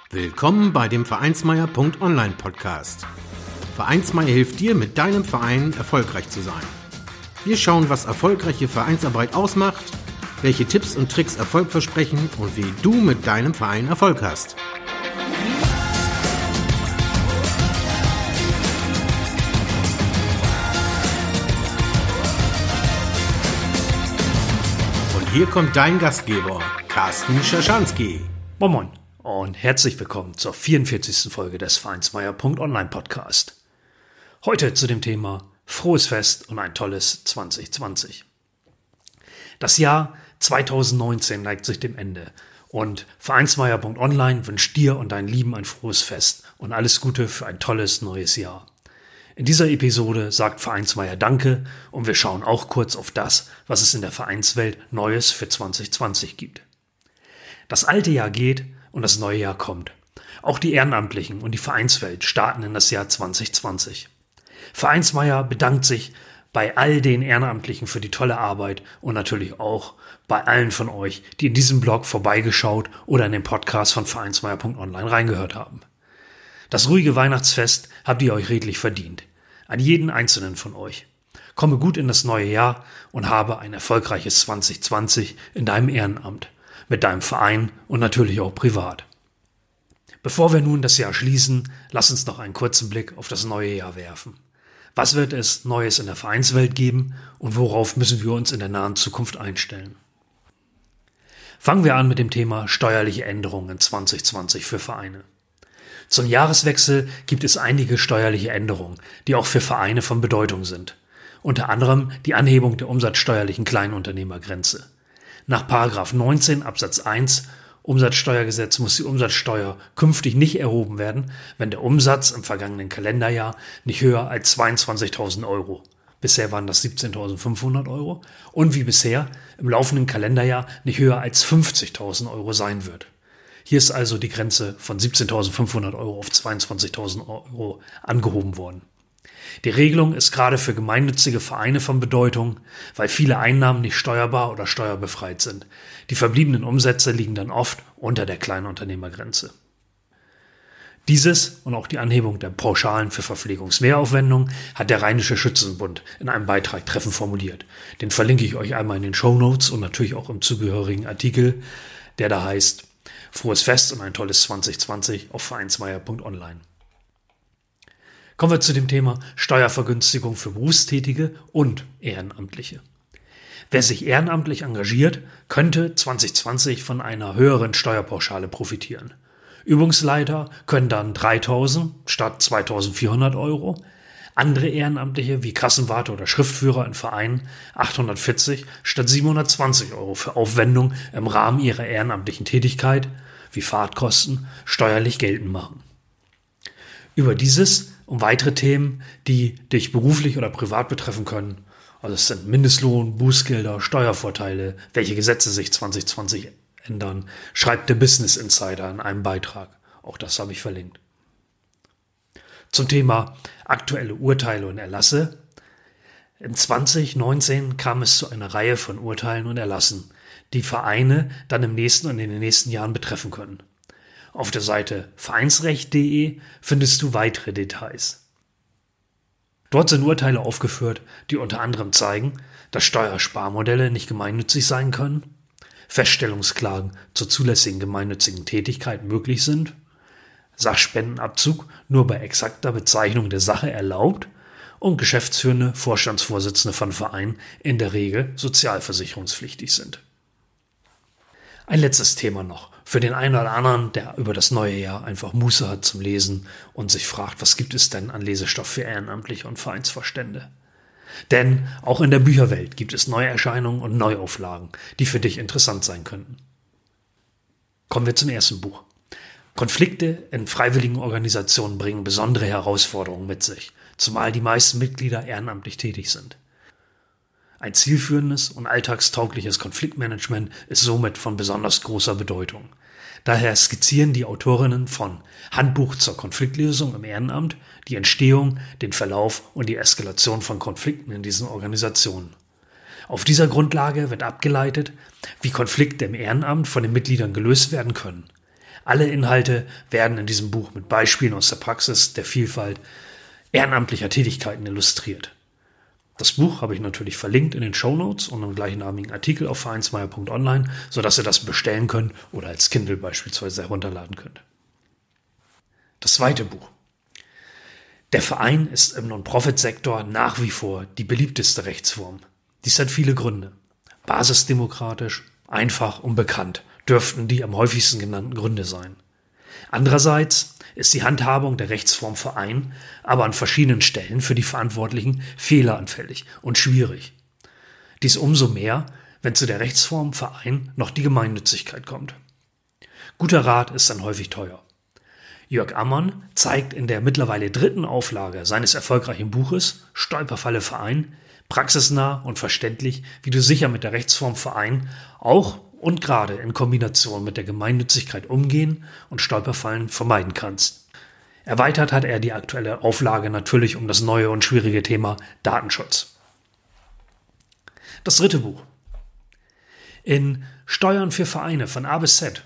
Willkommen bei dem Vereinsmeier.online Podcast. Vereinsmeier hilft dir, mit deinem Verein erfolgreich zu sein. Wir schauen, was erfolgreiche Vereinsarbeit ausmacht, welche Tipps und Tricks Erfolg versprechen und wie du mit deinem Verein Erfolg hast. Und hier kommt dein Gastgeber, Carsten Schaschanski. Moin Moin und herzlich willkommen zur 44. Folge des Vereinsmeier.online Podcast. Heute zu dem Thema Frohes Fest und ein tolles 2020. Das Jahr 2019 neigt sich dem Ende und Vereinsmeier.online wünscht dir und deinen Lieben ein frohes Fest und alles Gute für ein tolles neues Jahr. In dieser Episode sagt Vereinsmeier Danke und wir schauen auch kurz auf das, was es in der Vereinswelt Neues für 2020 gibt. Das alte Jahr geht und das neue Jahr kommt. Auch die Ehrenamtlichen und die Vereinswelt starten in das Jahr 2020. Vereinsmeier bedankt sich bei all den Ehrenamtlichen für die tolle Arbeit und natürlich auch bei allen von euch, die in diesem Blog vorbeigeschaut oder in den Podcast von Vereinsmeier.online reingehört haben. Das ruhige Weihnachtsfest habt ihr euch redlich verdient. An jeden einzelnen von euch. Komme gut in das neue Jahr und habe ein erfolgreiches 2020 in deinem Ehrenamt, mit deinem Verein und natürlich auch privat. Bevor wir nun das Jahr schließen, lass uns noch einen kurzen Blick auf das neue Jahr werfen. Was wird es Neues in der Vereinswelt geben und worauf müssen wir uns in der nahen Zukunft einstellen? Fangen wir an mit dem Thema steuerliche Änderungen in 2020 für Vereine. Zum Jahreswechsel gibt es einige steuerliche Änderungen, die auch für Vereine von Bedeutung sind. Unter anderem die Anhebung der umsatzsteuerlichen Kleinunternehmergrenze. Nach § 19 Absatz 1 Umsatzsteuergesetz muss die Umsatzsteuer künftig nicht erhoben werden, wenn der Umsatz im vergangenen Kalenderjahr nicht höher als 22.000 Euro. Bisher waren das 17.500 Euro und wie bisher im laufenden Kalenderjahr nicht höher als 50.000 Euro sein wird. Hier ist also die Grenze von 17.500 Euro auf 22.000 Euro angehoben worden. Die Regelung ist gerade für gemeinnützige Vereine von Bedeutung, weil viele Einnahmen nicht steuerbar oder steuerbefreit sind. Die verbliebenen Umsätze liegen dann oft unter der Kleinunternehmergrenze. Dieses und auch die Anhebung der Pauschalen für Verpflegungsmehraufwendungen hat der Rheinische Schützenbund in einem Beitrag treffend formuliert. Den verlinke ich euch einmal in den Shownotes und natürlich auch im zugehörigen Artikel, der da heißt Frohes Fest und ein tolles 2020 auf vereinsmeier.online. Kommen wir zu dem Thema Steuervergünstigung für Berufstätige und Ehrenamtliche. Wer sich ehrenamtlich engagiert, könnte 2020 von einer höheren Steuerpauschale profitieren. Übungsleiter können dann 3.000 statt 2.400 Euro, andere Ehrenamtliche wie Kassenwarte oder Schriftführer in Vereinen 840 statt 720 Euro für Aufwendungen im Rahmen ihrer ehrenamtlichen Tätigkeit wie Fahrtkosten steuerlich geltend machen. Über dieses und weitere Themen, die dich beruflich oder privat betreffen können, also es sind Mindestlohn, Bußgelder, Steuervorteile, welche Gesetze sich 2020 ändern, schreibt der Business Insider in einem Beitrag. Auch das habe ich verlinkt. Zum Thema aktuelle Urteile und Erlasse. In 2019 kam es zu einer Reihe von Urteilen und Erlassen, die Vereine dann im nächsten und in den nächsten Jahren betreffen können. Auf der Seite vereinsrecht.de findest du weitere Details. Dort sind Urteile aufgeführt, die unter anderem zeigen, dass Steuersparmodelle nicht gemeinnützig sein können, Feststellungsklagen zur zulässigen gemeinnützigen Tätigkeit möglich sind, Sachspendenabzug nur bei exakter Bezeichnung der Sache erlaubt und geschäftsführende Vorstandsvorsitzende von Vereinen in der Regel sozialversicherungspflichtig sind. Ein letztes Thema noch. Für den einen oder anderen, der über das neue Jahr einfach Muße hat zum Lesen und sich fragt, was gibt es denn an Lesestoff für Ehrenamtliche und Vereinsvorstände? Denn auch in der Bücherwelt gibt es Neuerscheinungen und Neuauflagen, die für dich interessant sein könnten. Kommen wir zum ersten Buch. Konflikte in freiwilligen Organisationen bringen besondere Herausforderungen mit sich, zumal die meisten Mitglieder ehrenamtlich tätig sind. Ein zielführendes und alltagstaugliches Konfliktmanagement ist somit von besonders großer Bedeutung. Daher skizzieren die Autorinnen von Handbuch zur Konfliktlösung im Ehrenamt die Entstehung, den Verlauf und die Eskalation von Konflikten in diesen Organisationen. Auf dieser Grundlage wird abgeleitet, wie Konflikte im Ehrenamt von den Mitgliedern gelöst werden können. Alle Inhalte werden in diesem Buch mit Beispielen aus der Praxis der Vielfalt ehrenamtlicher Tätigkeiten illustriert. Das Buch habe ich natürlich verlinkt in den Shownotes und im gleichnamigen Artikel auf vereinsmeier.online, sodass ihr das bestellen könnt oder als Kindle beispielsweise herunterladen könnt. Das zweite Buch. Der Verein ist im Non-Profit-Sektor nach wie vor die beliebteste Rechtsform. Dies hat viele Gründe. Basisdemokratisch, einfach und bekannt dürften die am häufigsten genannten Gründe sein. Andererseits ist die Handhabung der Rechtsform Verein aber an verschiedenen Stellen für die Verantwortlichen fehleranfällig und schwierig. Dies umso mehr, wenn zu der Rechtsform Verein noch die Gemeinnützigkeit kommt. Guter Rat ist dann häufig teuer. Jörg Ammann zeigt in der mittlerweile 3. Auflage seines erfolgreichen Buches Stolperfalle Verein praxisnah und verständlich, wie du sicher mit der Rechtsform Verein auch und gerade in Kombination mit der Gemeinnützigkeit umgehen und Stolperfallen vermeiden kannst. Erweitert hat er die aktuelle Auflage natürlich um das neue und schwierige Thema Datenschutz. Das 3. Buch. In Steuern für Vereine von A bis Z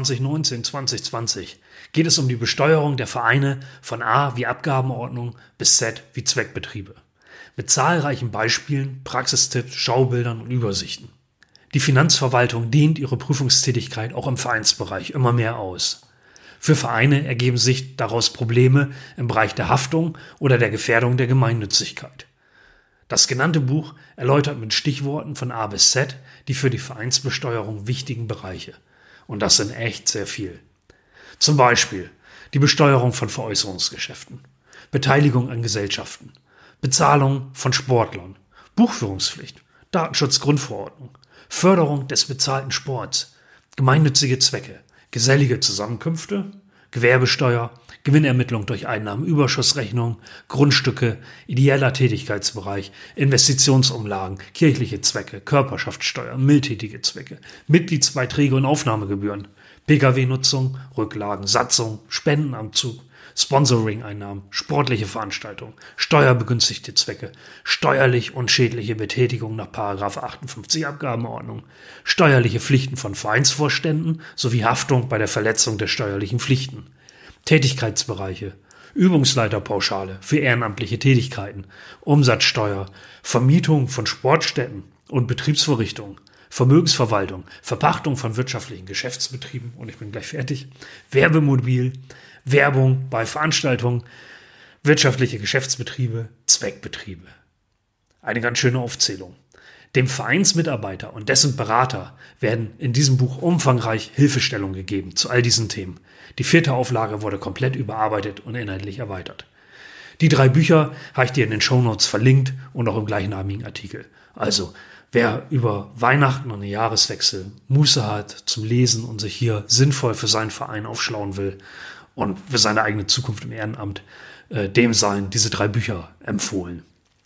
2019-2020 geht es um die Besteuerung der Vereine von A wie Abgabenordnung bis Z wie Zweckbetriebe. Mit zahlreichen Beispielen, Praxistipps, Schaubildern und Übersichten. Die Finanzverwaltung dehnt ihre Prüfungstätigkeit auch im Vereinsbereich immer mehr aus. Für Vereine ergeben sich daraus Probleme im Bereich der Haftung oder der Gefährdung der Gemeinnützigkeit. Das genannte Buch erläutert mit Stichworten von A bis Z die für die Vereinsbesteuerung wichtigen Bereiche. Und das sind echt sehr viel. Zum Beispiel die Besteuerung von Veräußerungsgeschäften, Beteiligung an Gesellschaften, Bezahlung von Sportlern, Buchführungspflicht, Datenschutzgrundverordnung, Förderung des bezahlten Sports, gemeinnützige Zwecke, gesellige Zusammenkünfte, Gewerbesteuer, Gewinnermittlung durch Einnahmenüberschussrechnung, Grundstücke, ideeller Tätigkeitsbereich, Investitionsumlagen, kirchliche Zwecke, Körperschaftssteuer, mildtätige Zwecke, Mitgliedsbeiträge und Aufnahmegebühren, Pkw-Nutzung, Rücklagen, Satzung, Spendenabzug, Sponsoring-Einnahmen, sportliche Veranstaltungen, steuerbegünstigte Zwecke, steuerlich unschädliche Betätigung nach § 58 Abgabenordnung, steuerliche Pflichten von Vereinsvorständen sowie Haftung bei der Verletzung der steuerlichen Pflichten, Tätigkeitsbereiche, Übungsleiterpauschale für ehrenamtliche Tätigkeiten, Umsatzsteuer, Vermietung von Sportstätten und Betriebsvorrichtungen, Vermögensverwaltung, Verpachtung von wirtschaftlichen Geschäftsbetrieben, und ich bin gleich fertig, Werbemobil, Werbung bei Veranstaltungen, wirtschaftliche Geschäftsbetriebe, Zweckbetriebe. Eine ganz schöne Aufzählung. Dem Vereinsmitarbeiter und dessen Berater werden in diesem Buch umfangreich Hilfestellung gegeben zu all diesen Themen. Die 4. Auflage wurde komplett überarbeitet und inhaltlich erweitert. Die 3 Bücher habe ich dir in den Shownotes verlinkt und auch im gleichnamigen Artikel. Also, wer über Weihnachten und den Jahreswechsel Muße hat zum Lesen und sich hier sinnvoll für seinen Verein aufschlauen will und für seine eigene Zukunft im Ehrenamt, dem seien diese 3 Bücher empfohlen.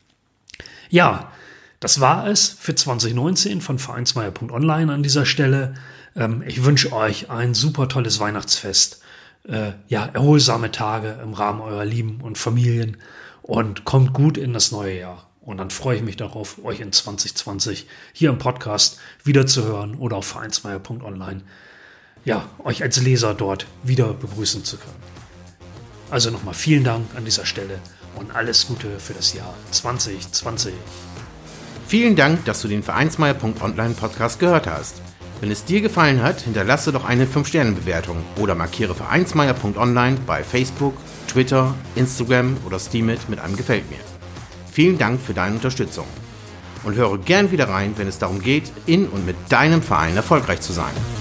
Ja, das war es für 2019 von vereinsmeier.online an dieser Stelle. Ich wünsche euch ein super tolles Weihnachtsfest, erholsame Tage im Rahmen eurer Lieben und Familien und kommt gut in das neue Jahr. Und dann freue ich mich darauf, euch in 2020 hier im Podcast wieder zu hören oder auf vereinsmeier.online, euch als Leser dort wieder begrüßen zu können. Also nochmal vielen Dank an dieser Stelle und alles Gute für das Jahr 2020. Vielen Dank, dass du den Vereinsmeier.online Podcast gehört hast. Wenn es dir gefallen hat, hinterlasse doch eine 5-Sterne-Bewertung oder markiere Vereinsmeier.online bei Facebook, Twitter, Instagram oder Steemit mit einem Gefällt mir. Vielen Dank für deine Unterstützung und höre gern wieder rein, wenn es darum geht, in und mit deinem Verein erfolgreich zu sein.